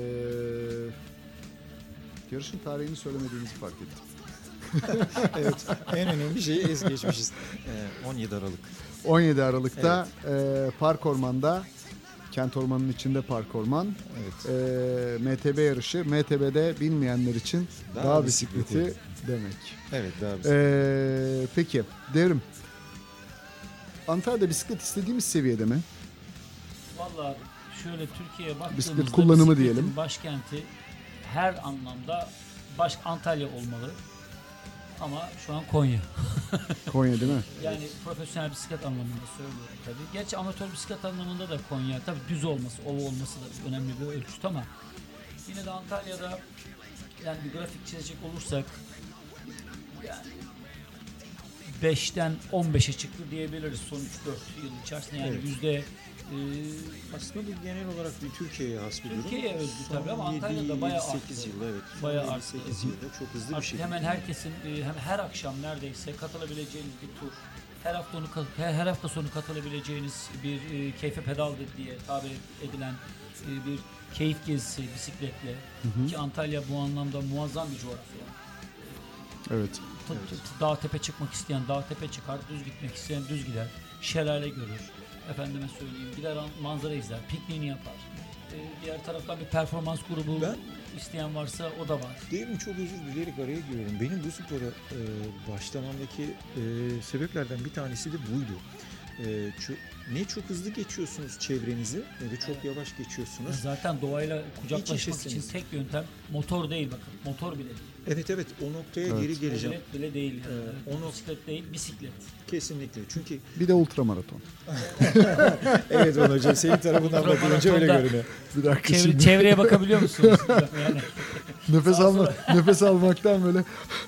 yarışın tarihini söylemediğimizi fark ettim. Evet, en önemli şeyi es geçmişiz. Ee, on yedi Aralık. on yedi Aralık'ta e, Park Orman'da, Kent Ormanı'nın içinde Park Orman, Evet. e, M T B yarışı. M T B'de bilmeyenler için Dağ dağ, bisikleti. bisikleti demek. Evet, daha biz. Ee, peki, Devrim. Antalya'da bisiklet istediğimiz seviyede mi? Vallahi şöyle Türkiye'ye baktığımızda Bisiklet kullanımı bisikletin diyelim. başkenti her anlamda baş Antalya olmalı. Ama şu an Konya. Konya değil mi? Yani profesyonel bisiklet anlamında söylüyorum tabii. Gerçi amatör bisiklet anlamında da Konya. Tabii düz olması, ova olması da önemli bir ölçüt ama yine de Antalya'da yani bir grafik çizecek olursak yani beşten on beşe çıktı diyebiliriz son üç dört yıl içerisinde. Yani Evet. yüzde e, Aslında bu genel olarak bir Türkiye'ye has bir durum. Türkiye'ye özgü Son tabii ama yedi, Antalya'da bayağı sekiz arttı. yılda evet. Bayağı Son yedi, arttı. sekiz yılda çok hızlı bir Artık şekilde. hemen herkesin e, hem her akşam neredeyse katılabileceğiniz bir tur, her hafta onu kat- her, her hafta sonu katılabileceğiniz bir e, keyfe pedal diye tabir edilen e, bir keyif gezisi bisikletle ki Antalya bu anlamda muazzam bir coğrafya. Evet. T- t- t- Dağ tepe çıkmak isteyen dağ tepe çıkar, düz gitmek isteyen düz gider, şelale görür. Efendime söyleyeyim, gider an- manzara izler, pikniğini yapar. E, diğer taraftan bir performans grubu Ben- isteyen varsa o da var. Devrim, çok özür dileyerek araya giriyorum. Benim bu spora e, başlamamdaki e, sebeplerden bir tanesi de buydu. E, ço- ne çok hızlı geçiyorsunuz çevrenizi ne de çok yavaş geçiyorsunuz. Zaten doğayla kucaklaşmak içesiniz. için tek yöntem motor değil bakın. Motor bile değil. Evet evet, o noktaya Evet. geri geleceğim. Bisiklet bile değil. Yani. Ee, onu- Bisiklet değil, bisiklet. Kesinlikle. Çünkü Bir de ultramaraton. evet Onur hocam, senin tarafından bakınca öyle Ultramaratonda- görünüyor. Bir dakika Çevre, şimdi. çevreye bakabiliyor musunuz? Yani Nefes Sağ alma, nefes almaktan böyle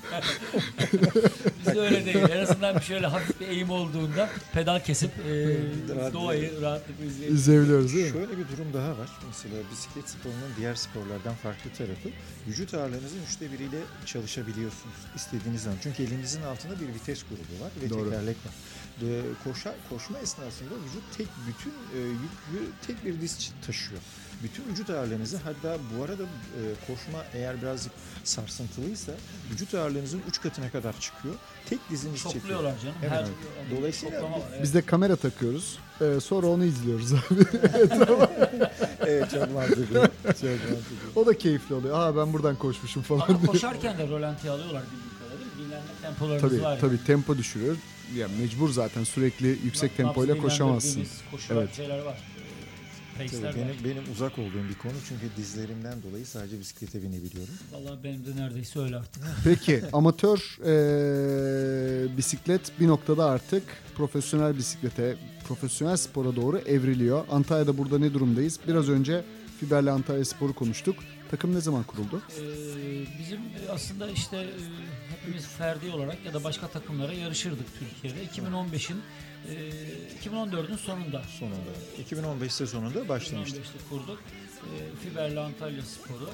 bizde öyle değil. En azından bir şöyle hafif bir eğim olduğunda pedal kesip e, Rahat- doğayı rahatlıkla izleyebiliyoruz. izleyebiliyoruz değil mi? Şöyle bir durum daha var. Mesela bisiklet sporunun diğer sporlardan farklı tarafı, vücut ağırlığınızın üçte biriyle çalışabiliyorsunuz istediğiniz zaman. Çünkü elinizin altında bir vites grubu var ve Doğru. tekerlek var. Ve koşa, koşma esnasında vücut tek bütün e, yüklü tek bir diz taşıyor. Bütün vücut ağırlığınızı, hatta bu arada e, koşma eğer birazcık sarsıntılıysa vücut ağırlığınızın üç katına kadar çıkıyor. Tek diziniz çekiyor. Şokluyorlar canım. Evet. Her, Dolayısıyla şoklama var, evet. Biz de kamera takıyoruz. Ee, sonra onu izliyoruz abi. Evet, çok mantıklı. Çok mantıklı. O da keyifli oluyor. Aa ben buradan koşmuşum falan Ama diye. koşarken de rolantiye alıyorlar bildiğim kadarıyla. Dinlenme tempolarınız Tabii var. tabii tempo düşürüyor. Ya mecbur zaten sürekli yüksek Na- tempoyla nabzı koşamazsın. dinlendirdiğimiz Koşular, Evet. şeyler var. Tabii Pace'ler var. benim, benim uzak olduğum bir konu, çünkü dizlerimden dolayı sadece bisiklete binebiliyorum. Vallahi benim de neredeyse öyle artık. Peki amatör eee, bisiklet bir noktada artık profesyonel bisiklete, profesyonel spora doğru evriliyor. Antalya'da burada ne durumdayız? Biraz önce Fiberli Antalya Spor'u konuştuk. Takım ne zaman kuruldu? Ee, bizim aslında işte e, hepimiz ferdi olarak ya da başka takımlara yarışırdık Türkiye'de. iki bin on beşin e, iki bin on dördün sonunda. Sonunda. iki bin on beş sezonunda başlamıştık. iki bin on beşte kurduk. E, Fiberli Antalya Sporu.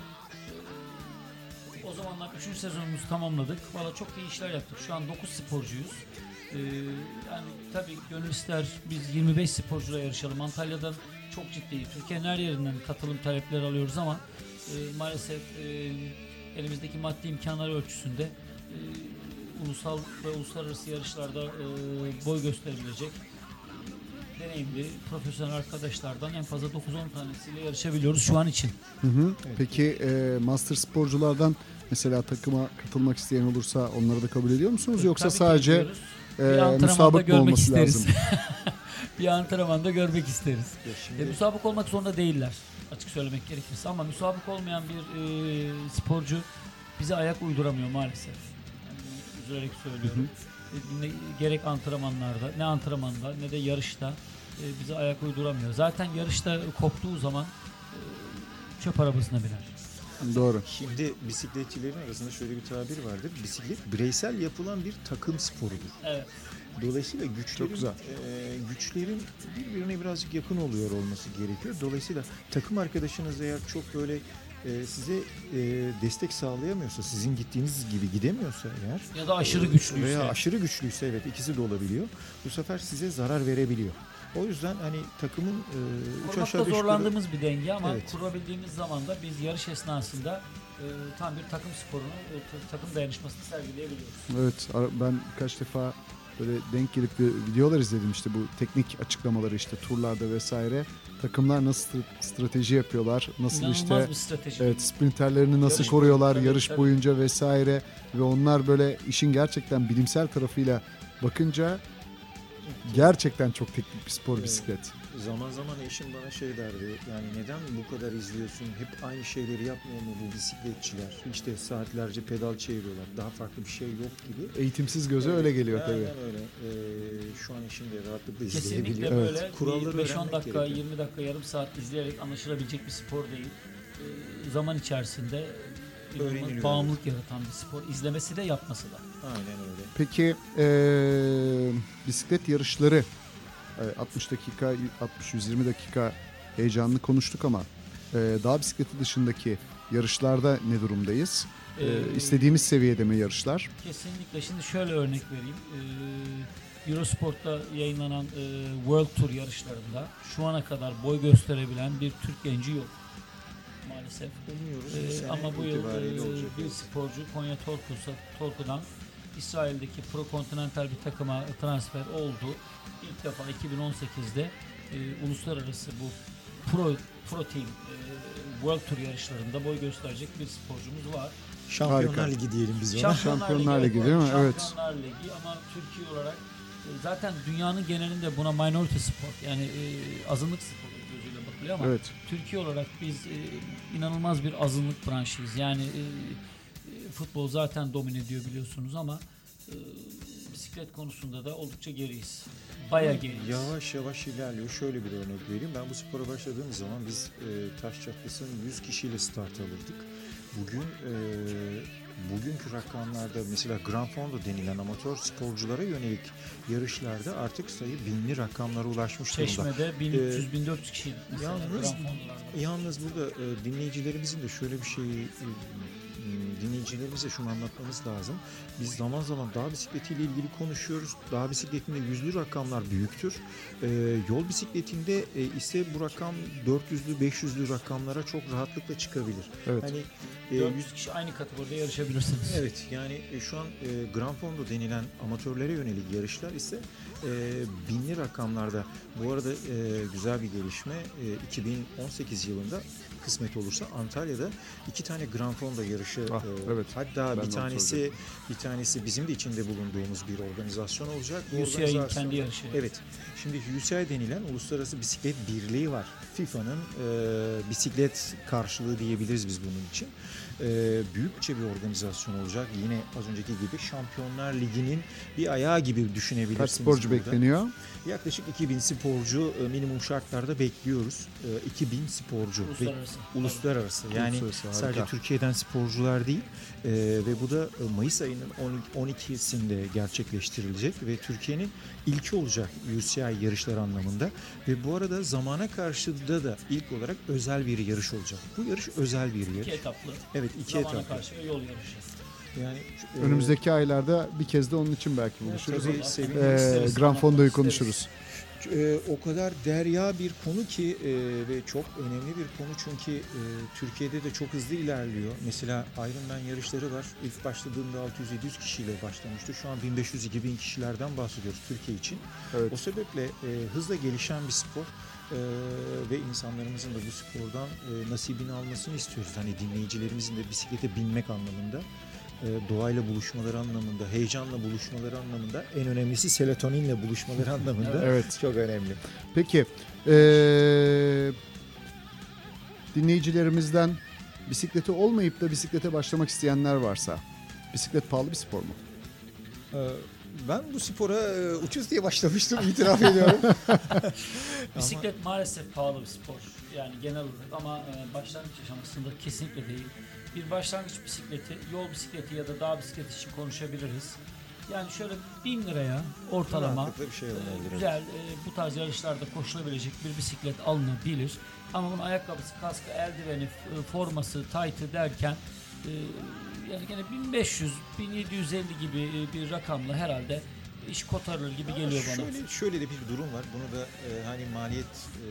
E, o zamanlar üçüncü sezonumuzu tamamladık. Valla çok iyi işler yaptık. Şu an dokuz sporcuyuz. E, yani tabii gönül ister biz yirmi beş sporcuyla yarışalım. Antalya'dan çok ciddi. Türkiye'nin her yerinden katılım talepleri alıyoruz ama e, maalesef e, elimizdeki maddi imkanlar ölçüsünde e, ulusal ve uluslararası yarışlarda e, boy gösterebilecek deneyimli profesyonel arkadaşlardan en fazla dokuz on tanesiyle yarışabiliyoruz şu an için. Hı hı. Evet. Peki e, master sporculardan mesela takıma katılmak isteyen olursa onları da kabul ediyor musunuz? Yoksa Tabii ki sadece ediyoruz. e, Bir antrenmanda müsabık mı görmek olması isteriz. lazım? Bir antrenmanda görmek isteriz. Ya E, şimdi müsabık olmak zorunda değiller açık söylemek gerekirse ama müsabık olmayan bir e, sporcu bize ayak uyduramıyor maalesef. Yani üzülerek söylüyorum. E, ne, gerek antrenmanlarda ne antrenmanda ne de yarışta e, bize ayak uyduramıyor. Zaten yarışta koptuğu zaman e, çöp arabasına biner. Doğru. Şimdi bisikletçilerin arasında şöyle bir tabir vardır. Bisiklet bireysel yapılan bir takım sporudur. Evet. Dolayısıyla güçlerin, güzel. e, güçlerin birbirine birazcık yakın oluyor olması gerekiyor. Dolayısıyla takım arkadaşınız eğer çok böyle e, size e, destek sağlayamıyorsa, sizin gittiğiniz gibi gidemiyorsa eğer Ya da aşırı güçlüyse. veya aşırı güçlüyse, evet, ikisi de olabiliyor. Bu sefer size zarar verebiliyor. O yüzden hani takımın e, üç Kurmakta aşağı beş yukarı zorlandığımız bir denge ama Evet. kurabildiğimiz zaman da biz yarış esnasında e, tam bir takım sporunu, e, ta- takım dayanışmasını sergileyebiliyoruz. Evet, ara- ben birkaç defa böyle denk gelip bir videolar izledim işte bu teknik açıklamaları işte turlarda vesaire. Takımlar nasıl stra- strateji yapıyorlar, nasıl İnanılmaz işte bir strateji. evet sprinterlerini nasıl Yarış koruyorlar boyunca, yarış tabii. boyunca vesaire ve onlar böyle işin gerçekten bilimsel tarafıyla bakınca gerçekten çok teknik bir spor Evet. bisiklet. Zaman zaman eşim bana şey derdi, yani neden bu kadar izliyorsun, hep aynı şeyleri yapmıyor mu bu bisikletçiler, işte saatlerce pedal çeviriyorlar, daha farklı bir şey yok gibi. Eğitimsiz göze öyle geliyor tabii. Aynen öyle. Ee, şu an eşim de rahatlıkla Kesinlikle izleyebiliyor. Evet. böyle Kuralları bir beş on öğrenmek dakika, gerekiyor. yirmi dakika, yarım saat izleyerek anlaşılabilecek bir spor değil. E, zaman içerisinde inanılmaz Öğreniliyor. bağımlılık yaratan bir spor. İzlemesi de yapması da. Aynen öyle. Peki eee, bisiklet yarışları e, altmış dakika, altmış yüz yirmi dakika heyecanlı konuştuk ama e, dağ bisikleti dışındaki yarışlarda ne durumdayız? E, Ee, istediğimiz seviyede mi yarışlar? Kesinlikle. Şimdi şöyle örnek vereyim. Ee, Eurosport'ta yayınlanan e, World Tour yarışlarında şu ana kadar boy gösterebilen bir Türk genci yok. Maalesef. Umuyoruz Ee, bu sene ama bu yıl itibariyle e, olacak. bir sporcu Konya Torku'sa, Torku'dan İsrail'deki Pro Continental bir takıma transfer oldu. İlk defa iki bin on sekizde e, uluslararası bu Pro Pro Team e, World Tour yarışlarında boy gösterecek bir sporcumuz var. Şampiyonlar Harika. Ligi diyelim biz ona. Şampiyonlar Ligi, Ligi değil mi? Evet. Şampiyonlar Ligi ama Türkiye olarak e, zaten dünyanın genelinde buna minority spor yani e, azınlık sporu gözüyle bakılıyor ama Evet. Türkiye olarak biz e, inanılmaz bir azınlık branşıyız. Yani e, e, futbol zaten domine ediyor biliyorsunuz ama e, bisiklet konusunda da oldukça geriyiz. Bayağı geriyiz. Yavaş yavaş ilerliyor. Şöyle bir örnek vereyim. Ben bu spora başladığım zaman biz e, Taş Çatlası'nın yüz kişiyle start alırdık. Bugün e, bugünkü rakamlarda mesela Gran Fondo denilen amatör sporculara yönelik yarışlarda artık sayı binli rakamlara ulaşmış durumda. Çeşme'de bin üç yüz bin dört yüz kişi mesela yalnız- Grand Fondo'larda. Yalnız burada e, dinleyicilerimizin de şöyle bir şey e, dinleyicilerimize şunu anlatmamız lazım. Biz zaman zaman dağ bisikletiyle ilgili konuşuyoruz. Dağ bisikletinde yüzlü rakamlar büyüktür. E, yol bisikletinde e, ise bu rakam dört yüzlü beş yüzlü rakamlara çok rahatlıkla çıkabilir. Evet. Hani e, dört yüz kişi aynı kategoride yarışabilirsiniz. Evet, yani e, şu an e, Gran Fondo denilen amatörlere yönelik yarışlar ise e, binli rakamlarda. Bu arada e, güzel bir gelişme. E, iki bin on sekiz yılında kısmet olursa Antalya'da iki tane Gran Fondo yarışı. Ah, e, evet. Hatta Ben de bir onu tanesi soracaktım. bir tanesi bizim de içinde bulunduğumuz bir organizasyon olacak. Bu U C I'nin organizasyon- kendi yarışı. Evet. Şimdi U C I denilen Uluslararası Bisiklet Birliği var. FIFA'nın e, bisiklet karşılığı diyebiliriz biz bunun için. e, büyükçe bir organizasyon olacak. Yine az önceki gibi Şampiyonlar Ligi'nin bir ayağı gibi düşünebilirsiniz. Kaç sporcu burada. bekleniyor? Yaklaşık iki bin sporcu e, minimum şartlarda bekliyoruz. E, iki bin sporcu. Uluslararası. Ve, uluslararası. Yani Uluslararası, sadece harika. Türkiye'den sporcular değil. E, ve bu da e, Mayıs ayının on ikisinde gerçekleştirilecek ve Türkiye'nin ilki olacak U C I yarışları anlamında. Ve bu arada zamana karşıda da ilk olarak özel bir yarış olacak. Bu yarış özel bir yarış. İki etaplı. Evet, iki Zamana etaplı. karşı ve yol yarışı. Yani e, Önümüzdeki aylarda bir kez de onun için belki buluşuruz. tabii, Aslında seviniriz. Ee, isteriz, Gran Fondo'yu anlatmak konuşuruz. E, o kadar derya bir konu ki e, ve çok önemli bir konu çünkü e, Türkiye'de de çok hızlı ilerliyor. Mesela Ironman yarışları var. İlk başladığında altı yüz yedi yüz kişiyle başlamıştı. Şu an bin beş yüz iki bin kişilerden bahsediyoruz Türkiye için. Evet. O sebeple e, hızla gelişen bir spor. Ee, ve insanlarımızın da bu spordan e, nasibini almasını istiyoruz. Hani dinleyicilerimizin de bisiklete binmek anlamında, e, doğayla buluşmaları anlamında, heyecanla buluşmaları anlamında, en önemlisi serotoninle buluşmaları anlamında Evet. çok önemli. Peki ee, dinleyicilerimizden bisikleti olmayıp da bisiklete başlamak isteyenler varsa, bisiklet pahalı bir spor mu? Ee, ben bu spora e, ucuz diye başlamıştım, itiraf ediyorum. Bisiklet maalesef pahalı bir spor. Yani genel olarak ama e, başlangıç aşamasında kesinlikle değil. Bir başlangıç bisikleti, yol bisikleti ya da dağ bisikleti için konuşabiliriz. Yani şöyle bin liraya ortalama Rahatlıkla bir şey e, alınabilir. güzel e, bu tarz yarışlarda koşulabilecek bir bisiklet alınabilir. Ama bunun ayakkabısı, kaskı, eldiveni, f- forması, taytı derken e, yani gene bin beş yüz bin yedi yüz elli gibi e, bir rakamla herhalde iş kotarılır gibi Ama geliyor bana. Şöyle, şöyle de bir durum var. Bunu da e, hani maliyet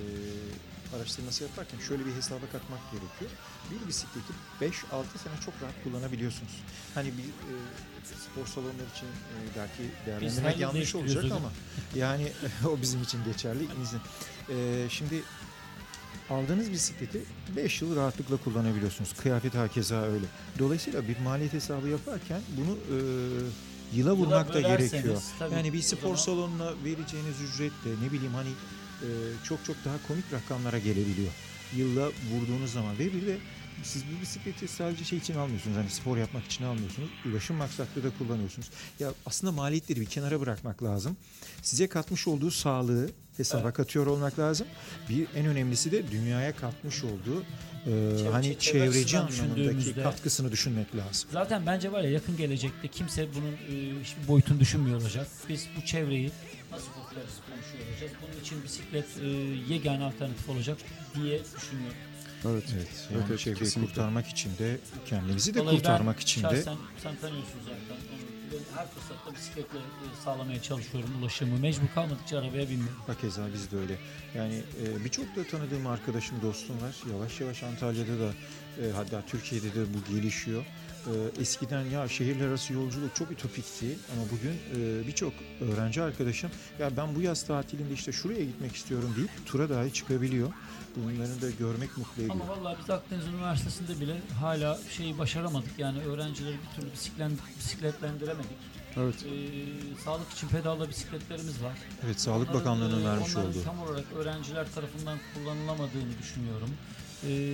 e, araştırması yaparken şöyle bir hesaba katmak gerekiyor. Bir bisikleti beş altı sene çok rahat kullanabiliyorsunuz. Hani bir e, spor salonları için e, belki her değerlendirmek yıl yanlış değiştiriyoruz olacak hocam. ama yani o bizim için geçerli. İzin. E, şimdi aldığınız bisikleti beş yıl rahatlıkla kullanabiliyorsunuz. Kıyafet hakeza öyle. Dolayısıyla bir maliyet hesabı yaparken bunu e, yıla vurmak da bölerseniz, gerekiyor. tabii Yani bir o spor zaman- salonuna vereceğiniz ücretle ne bileyim hani e, çok çok daha komik rakamlara gelebiliyor. Yılla vurduğunuz zaman ve bir de siz bu bisikleti sadece şey için almıyorsunuz. Hani spor yapmak için almıyorsunuz. Ulaşım maksatlı da kullanıyorsunuz. Ya aslında maliyetleri bir kenara bırakmak lazım. Size katmış olduğu sağlığı hesaba Evet. katıyor olmak lazım. Bir en önemlisi de dünyaya katmış olduğu e, Çevre- hani çevre çevreci açısından anlamındaki düşündüğümüzde- katkısını düşünmek lazım. Zaten bence var ya yakın gelecekte kimse bunun e, hiçbir boyutunu düşünmüyor olacak. Biz bu çevreyi nasıl kurtarırız konuşuyor olacağız. Bunun için bisiklet e, yegane alternatif olacak diye düşünüyorum. Evet. Evet, yani evet, çevreyi kesinlikle. kurtarmak için de kendimizi de Vallahi kurtarmak ben için de şahsen, sen tanıyorsun zaten. Onu, ben her fırsatta bisikletle e, sağlamaya çalışıyorum ulaşımı. Mecbur kalmadıkça arabaya binmiyorum. hakeza biz de öyle. Yani e, birçok da tanıdığım arkadaşım, dostum var. Yavaş yavaş Antalya'da da e, hatta Türkiye'de de bu gelişiyor. E, eskiden ya şehirler arası yolculuk çok ütopikti ama bugün e, birçok öğrenci arkadaşım ya ben bu yaz tatilinde işte şuraya gitmek istiyorum deyip tura dahi çıkabiliyor. Bunları da görmek mutlu ediyor. Ama vallahi biz Akdeniz Üniversitesi'nde bile hala şeyi başaramadık. Yani öğrencileri bir türlü bisiklet, bisikletlendiremedik. Evet. Ee, sağlık için pedallı bisikletlerimiz var. Evet, Sağlık Onların, Bakanlığı'nın e, vermiş onların olduğu. tam olarak öğrenciler tarafından kullanılamadığını düşünüyorum. Ee,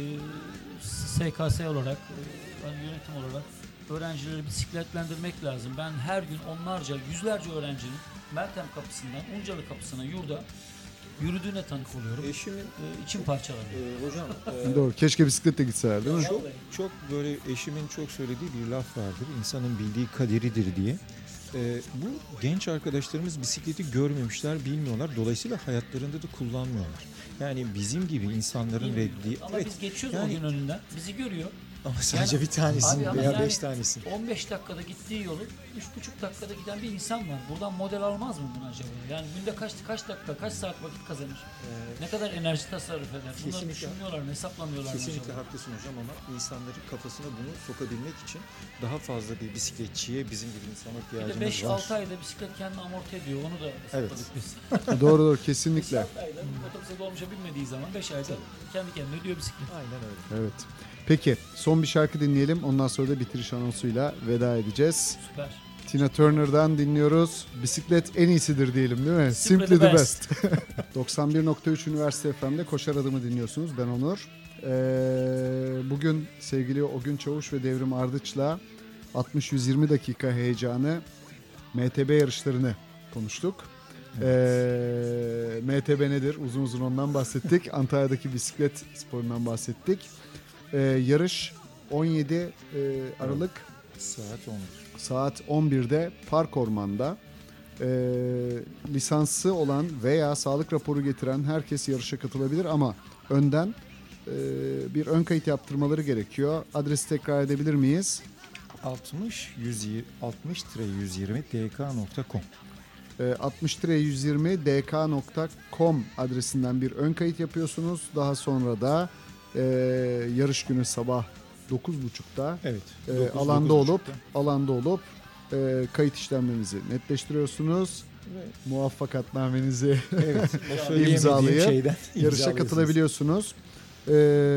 S K S olarak, e, yani yönetim olarak öğrencileri bisikletlendirmek lazım. Ben her gün onlarca, yüzlerce öğrencinin Meltem kapısından Uncalı kapısına, yurda yürüdüğüne tanık oluyorum. Eşimin Ee, içim parçalanıyor. e, hocam e, Doğru. Keşke bisikletle gitseler değil mi? Çok çok böyle eşimin çok söylediği bir laf vardır. İnsanın bildiği kaderidir diye. Ee, bu genç arkadaşlarımız bisikleti görmemişler, bilmiyorlar. Dolayısıyla hayatlarında da kullanmıyorlar. Yani bizim gibi insanların ve di- Ama evet, biz geçiyoruz yani- o gün önünden. Bizi görüyor. ama sadece Yani- bir tanesin Abi ama veya yani- beş tanesin. on beş dakikada gittiği yolu üç buçuk dakikada giden bir insan var. Buradan model almaz mı bunu acaba? Yani günde kaç kaç dakika, kaç saat vakit kazanır? Ee, Ne kadar enerji tasarruf eder? Bunları Kesinlikle. düşünmüyorlar mı? Hesaplamıyorlar mı Kesinlikle acaba? haklısın hocam ama insanların kafasına bunu sokabilmek için daha fazla bir bisikletçiye bizim gibi insana Bir de ihtiyacımız beş var. altı ayda bisiklet kendini amorti ediyor. Onu da hesapladık biz. Doğru doğru beş kesinlikle. altı ayda otobüse dolmuşa binmediği zaman beş ayda kendi kendine ödüyor bisiklet. Aynen öyle. Evet. Peki son bir şarkı dinleyelim. Ondan sonra da bitiriş anonsuyla veda edeceğiz. Süper. Tina Turner'dan dinliyoruz. Bisiklet en iyisidir diyelim değil mi? Simply Simply, the the best. doksan bir nokta üç Üniversite F M'de Koşar Adımı dinliyorsunuz. Ben Onur. Ee, bugün sevgili Ogün Çavuş ve Devrim Ardıç'la altmış yüz yirmi dakika heyecanı M T B yarışlarını konuştuk. Ee, M T B nedir? Uzun uzun ondan bahsettik. Antalya'daki bisiklet sporundan bahsettik. Ee, yarış on yedi e, Aralık Saat on bir. saat on birde Park Orman'da. Ee, lisansı olan veya sağlık raporu getiren herkes yarışa katılabilir ama önden e, bir ön kayıt yaptırmaları gerekiyor. Adresi tekrar edebilir miyiz? altmış yüz yirmi d k nokta com E, altmış yüz yirmi d k nokta com adresinden bir ön kayıt yapıyorsunuz. Daha sonra da e, yarış günü sabah dokuz buçukta Evet. e, dokuz, alanda dokuz olup buçukta. alanda olup e, kayıt işlemlerinizi netleştiriyorsunuz. Muvaffakatnamenizi Evet. O söyleyemediğim İmzalayıp şeyden yarışa imzalıyorsunuz. katılabiliyorsunuz. Ee,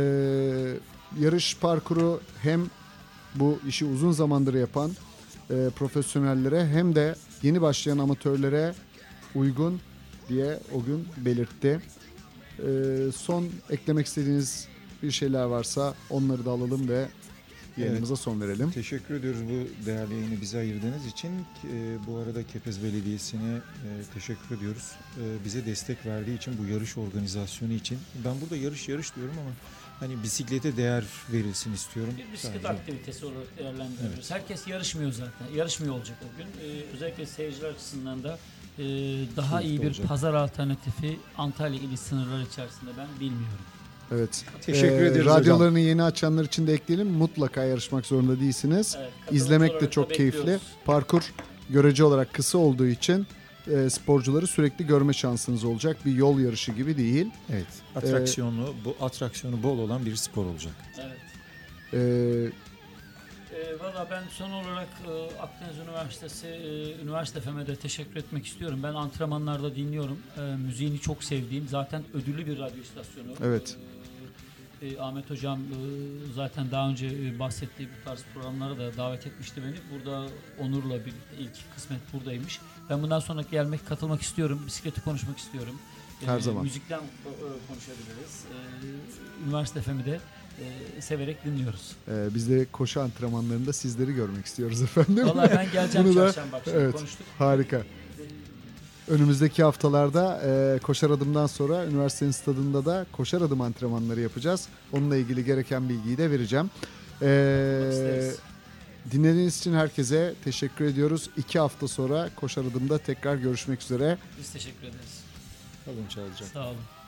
yarış parkuru hem bu işi uzun zamandır yapan e, profesyonellere hem de yeni başlayan amatörlere uygun diye o gün belirtti. Ee, son eklemek istediğiniz bir şeyler varsa onları da alalım ve yayınımıza son verelim. Teşekkür ediyoruz bu değerli yayını bize ayırdığınız için. E, bu arada Kepez Belediyesi'ne e, teşekkür ediyoruz. E, bize destek verdiği için, bu yarış organizasyonu için. Ben burada yarış yarış diyorum ama hani bisiklete değer verilsin istiyorum. Bir bisiklet Sadece. aktivitesi olarak değerlendiriyoruz. Evet. Herkes yarışmıyor zaten. Yarışmıyor olacak o gün. Ee, özellikle seyirciler açısından da e, daha Keyifli iyi bir olacak. pazar alternatifi Antalya ili sınırları içerisinde ben bilmiyorum. Evet. Teşekkür Ee, ederiz hocam. radyolarını yeni açanlar için de ekleyelim. Mutlaka yarışmak zorunda değilsiniz. Evet, katılımcı İzlemek de olarak çok da keyifli. bekliyoruz. Parkur görece olarak kısa olduğu için e, sporcuları sürekli görme şansınız olacak. Bir yol yarışı gibi değil. Evet. Atraksiyonu, bu atraksiyonu bol olan bir spor olacak. Evet. Ee, E, Valla ben son olarak e, Akdeniz Üniversitesi e, Üniversite F M'e de teşekkür etmek istiyorum. Ben antrenmanlarda dinliyorum. E, müziğini çok sevdiğim, zaten ödüllü bir radyo istasyonu. Evet. E, e, Ahmet Hocam e, zaten daha önce e, bahsettiği bu tarz programlara da davet etmişti beni. Burada Onur'la birlikte ilk kısmet buradaymış. Ben bundan sonra gelmek, katılmak istiyorum. Bisikleti konuşmak istiyorum. Her E, zaman. Müzikten e, konuşabiliriz. E, Üniversite F M'i de e, severek dinliyoruz. e, biz de koşu antrenmanlarında sizleri görmek istiyoruz efendim. Vallahi ben geleceğim Bunu da- çarşamba akşamı, evet. konuştuk. Harika. Önümüzdeki haftalarda e, koşar adımdan sonra üniversitenin stadında da koşar adım antrenmanları yapacağız. Onunla ilgili gereken bilgiyi de vereceğim. E, İsteriz. dinlediğiniz için herkese teşekkür ediyoruz. İki hafta sonra koşar adımda tekrar görüşmek üzere. Biz teşekkür ederiz. Kalın çalacak. Sağ olun.